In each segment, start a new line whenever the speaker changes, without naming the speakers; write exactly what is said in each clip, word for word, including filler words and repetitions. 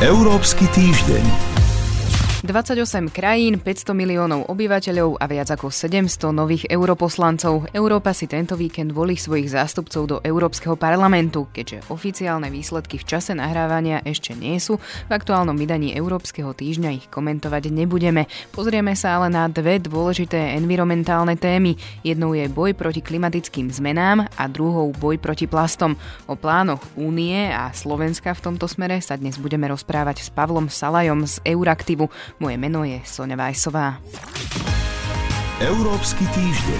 Európsky týždeň.
dvadsaťosem krajín, päťsto miliónov obyvateľov a viac ako sedemsto nových europoslancov. Európa si tento víkend volí svojich zástupcov do Európskeho parlamentu, keďže oficiálne výsledky v čase nahrávania ešte nie sú. V aktuálnom vydaní Európskeho týždňa ich komentovať nebudeme. Pozrieme sa ale na dve dôležité environmentálne témy. Jednou je boj proti klimatickým zmenám a druhou boj proti plastom. O plánoch Únie a Slovenska v tomto smere sa dnes budeme rozprávať s Pavlom Salajom z Euraktivu. Moje meno je Soňa Vajsová.
Európsky týždeň.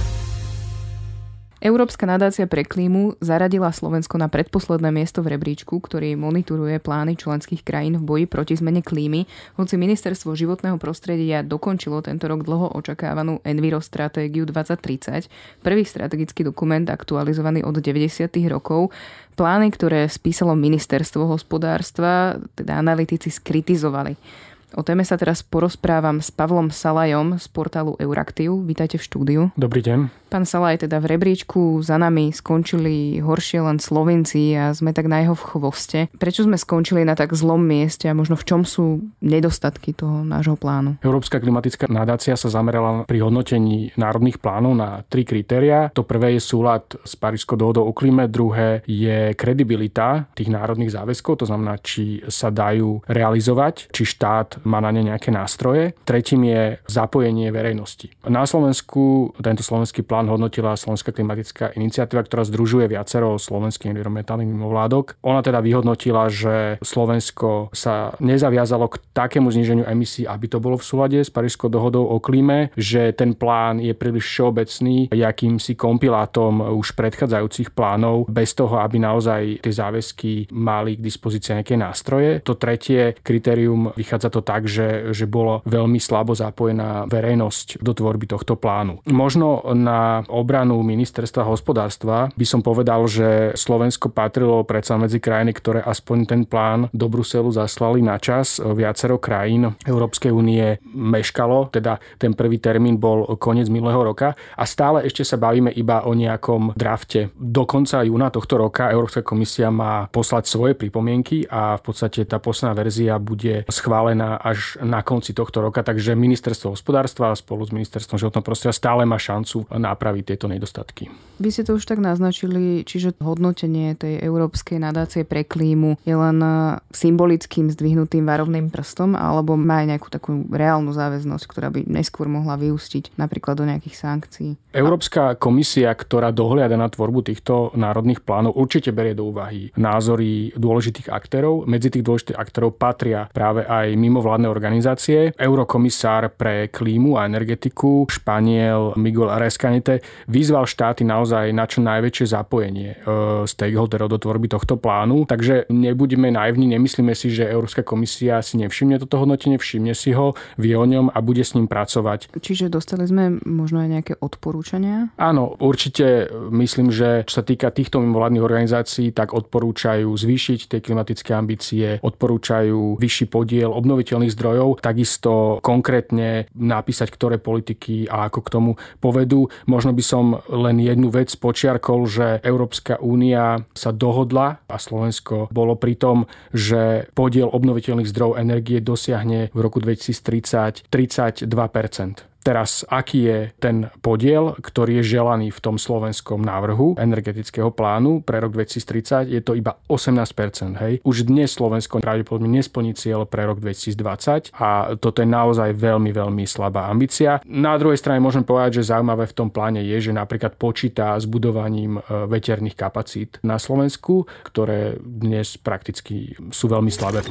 Európska nadácia pre klímu zaradila Slovensko na predposledné miesto v rebríčku, ktorý monitoruje plány členských krajín v boji proti zmene klímy, hoci Ministerstvo životného prostredia dokončilo tento rok dlho očakávanú Envirostratégiu dvadsať tridsať, prvý strategický dokument aktualizovaný od deväťdesiatych rokov. Plány, ktoré spísalo Ministerstvo hospodárstva, teda analytici skritizovali. O téme sa teraz porozprávam s Pavlom Salajom z portálu Euraktiv. Vítajte v štúdiu.
Dobrý deň.
Pán Salaj, teda v rebríčku za nami skončili horšie len Slovenci a sme tak na jeho v chvoste. Prečo sme skončili na tak zlom mieste a možno v čom sú nedostatky toho nášho plánu?
Európska klimatická nadácia sa zamerala pri hodnotení národných plánov na tri kritériá. To prvé je súlad s Parížskou dohodou o klíme, druhé je kredibilita tých národných záväzkov, to znamená, či sa dajú realizovať, či štát má na ne nejaké nástroje. Tretím je zapojenie verejnosti. Na Slovensku tento slovenský plán hodnotila Slovenská klimatická iniciatíva, ktorá združuje viacero slovenských environmentálnych mimovládok. Ona teda vyhodnotila, že Slovensko sa nezaviazalo k takému zníženiu emisí, aby to bolo v súlade s Parížskou dohodou o klíme, že ten plán je príliš všeobecný, jakýmsi kompilátom už predchádzajúcich plánov, bez toho, aby naozaj tie záväzky mali k dispozícii nejaké nástroje. To tretie kritérium vychádza to tak, že, že bolo veľmi slabo zapojená verejnosť do tvorby tohto plánu. Možno na obranu ministerstva hospodárstva by som povedal, že Slovensko patrilo predsa medzi krajiny, ktoré aspoň ten plán do Bruselu zaslali na čas. Viacero krajín Európskej únie meškalo, teda ten prvý termín bol koniec minulého roka a stále ešte sa bavíme iba o nejakom drafte. Do konca júna tohto roka Európska komisia má poslať svoje pripomienky a v podstate tá posledná verzia bude schválená až na konci tohto roka, takže ministerstvo hospodárstva spolu s ministerstvom životného prostredia stále má šancu napraviť tieto nedostatky.
Vy ste to už tak naznačili, čiže hodnotenie tej Európskej nadácie pre klímu je len symbolickým zdvihnutým varovným prstom, alebo má aj nejakú takú reálnu záväznosť, ktorá by neskôr mohla vyústiť napríklad do nejakých sankcií?
Európska komisia, ktorá dohliada na tvorbu týchto národných plánov, určite berie do úvahy názory dôležitých aktérov. Medzi tých dôležitých aktérov patria práve aj mimovládne organizácie. Eurokomisár pre klímu a energetiku Španiel Miguel Arias Cañete vyzval štáty naozaj na čo najväčšie zapojenie e, stakeholderov do tvorby tohto plánu. Takže nebuďme naivní, nemyslíme si, že Európska komisia si nevšimne toto hodnotenie, všimne si ho, vie o ňom a bude s ním pracovať.
Čiže dostali sme možno aj nejaké odporúčania?
Áno, určite myslím, že čo sa týka týchto mimovládnych organizácií, tak odporúčajú zvýšiť tie klimatické ambície, odporúčajú vyšší podiel obnoviteľných zdrojov, takisto konkrétne napísať, ktoré politiky a ako k tomu povedú. Možno by som len jednu vec počiarkol, že Európska únia sa dohodla a Slovensko bolo pri tom, že podiel obnoviteľných zdrojov energie dosiahne v roku dvetisíctridsať tridsaťdva percent. Teraz, aký je ten podiel, ktorý je želaný v tom slovenskom návrhu energetického plánu pre rok dvetisíctridsať, je to iba osemnásť percent. Hej. Už dnes Slovensko pravdepodobne nesplní cieľ pre rok dvetisícdvadsať a toto je naozaj veľmi, veľmi slabá ambícia. Na druhej strane môžem povedať, že zaujímavé v tom pláne je, že napríklad počíta s budovaním veterných kapacít na Slovensku, ktoré dnes prakticky sú veľmi slabé.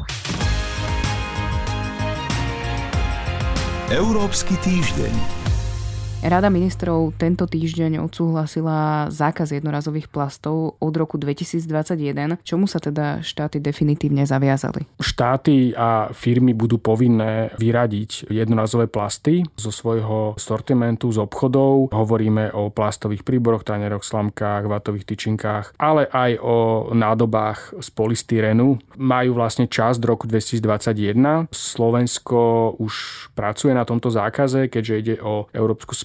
Európsky týždeň.
Rada ministrov tento týždeň odsúhlasila zákaz jednorazových plastov od roku dvetisícdvadsaťjeden. Čomu sa teda štáty definitívne zaviazali?
Štáty a firmy budú povinné vyradiť jednorazové plasty zo svojho sortimentu, z obchodov. Hovoríme o plastových príboroch, taneroch, slamkách, vatových tyčinkách, ale aj o nádobách z polystyrenu. Majú vlastne čas do roku dvetisícdvadsaťjeden. Slovensko už pracuje na tomto zákaze, keďže ide o európsku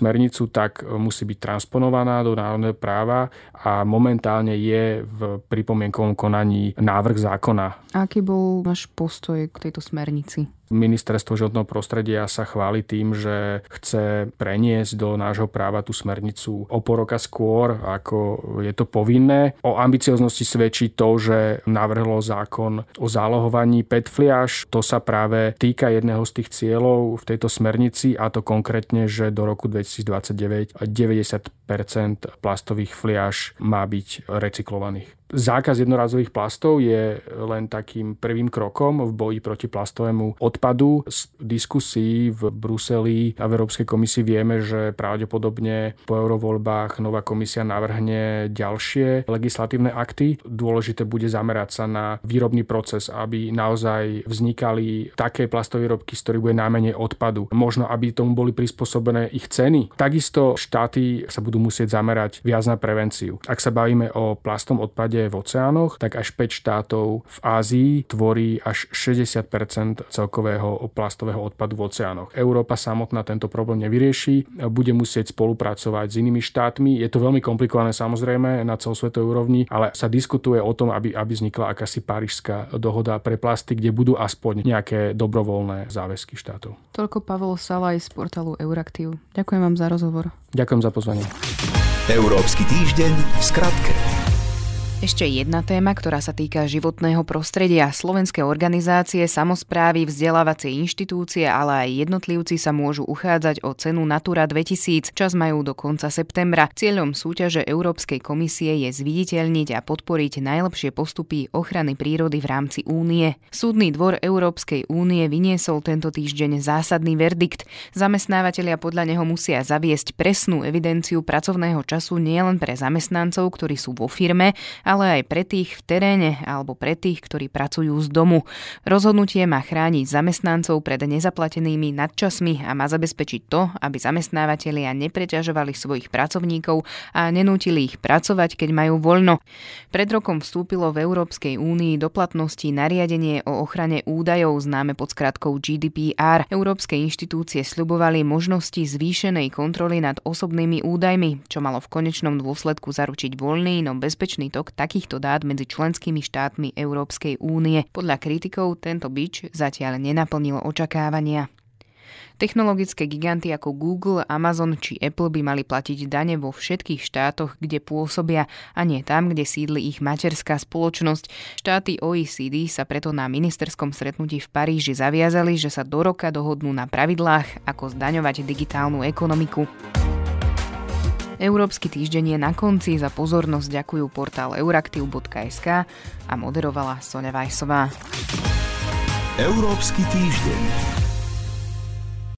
smernicu, tak musí byť transponovaná do národného práva a momentálne je v pripomienkovom konaní návrh zákona.
Aký bol váš postoj k tejto smernici?
Ministerstvo životného prostredia sa chváli tým, že chce preniesť do nášho práva tú smernicu o pol roka skôr, ako je to povinné. O ambicioznosti svedčí to, že navrhlo zákon o zálohovaní pé é té fliaš. To sa práve týka jedného z tých cieľov v tejto smernici, a to konkrétne, že do roku dvetisícdvadsaťdeväť deväťdesiat percent plastových fliaš má byť recyklovaných. Zákaz jednorazových plastov je len takým prvým krokom v boji proti plastovému odpadu. Z diskusí v Bruseli a v Európskej komisii vieme, že pravdepodobne po eurovoľbách nová komisia navrhne ďalšie legislatívne akty. Dôležité bude zamerať sa na výrobný proces, aby naozaj vznikali také plastové výrobky, z ktorých bude najmenej odpadu. Možno, aby tomu boli prispôsobené ich ceny. Takisto štáty sa budú musieť zamerať viac na prevenciu. Ak sa bavíme o plastom odpade v oceánoch, tak až päť štátov v Ázii tvorí až šesťdesiat percent celkového plastového odpadu v oceánoch. Európa samotná tento problém nevyrieši, bude musieť spolupracovať s inými štátmi. Je to veľmi komplikované samozrejme na celosvetovej úrovni, ale sa diskutuje o tom, aby, aby vznikla akási Parížska dohoda pre plasty, kde budú aspoň nejaké dobrovoľné záväzky štátov.
Toľko Pavel Salaj z portálu Euraktiv. Ďakujem vám za rozhovor.
Ďakujem za pozvanie.
Európsky týždeň v skratke.
Ešte jedna téma, ktorá sa týka životného prostredia. Slovenské organizácie, samosprávy, vzdelávacie inštitúcie, ale aj jednotlivci sa môžu uchádzať o cenu Natura dvetisíc. Čas majú do konca septembra. Cieľom súťaže Európskej komisie je zviditeľniť a podporiť najlepšie postupy ochrany prírody v rámci únie. Súdny dvor Európskej únie vyniesol tento týždeň zásadný verdikt. Zamestnávatelia podľa neho musia zaviesť presnú evidenciu pracovného času nielen pre zamestnancov, ktorí sú vo firme, ale aj pre tých v teréne alebo pre tých, ktorí pracujú z domu. Rozhodnutie má chrániť zamestnancov pred nezaplatenými nadčasmi a má zabezpečiť to, aby zamestnávatelia nepreťažovali svojich pracovníkov a nenútili ich pracovať, keď majú voľno. Pred rokom vstúpilo v Európskej únii do platnosti nariadenie o ochrane údajov známe pod skratkou G D P R. Európske inštitúcie sľubovali možnosti zvýšenej kontroly nad osobnými údajmi, čo malo v konečnom dôsledku zaručiť voľný, no bezpečný tok takýchto dát medzi členskými štátmi Európskej únie. Podľa kritikov tento bič zatiaľ nenaplnil očakávania. Technologické giganty ako Google, Amazon či Apple by mali platiť dane vo všetkých štátoch, kde pôsobia, a nie tam, kde sídli ich materská spoločnosť. Štáty O E C D sa preto na ministerskom stretnutí v Paríži zaviazali, že sa do roka dohodnú na pravidlách, ako zdaňovať digitálnu ekonomiku. Európsky týždeň je na konci. Za pozornosť ďakujú portál euraktiv bodka es ká a moderovala Soňa Vajsová.
Európsky týždeň.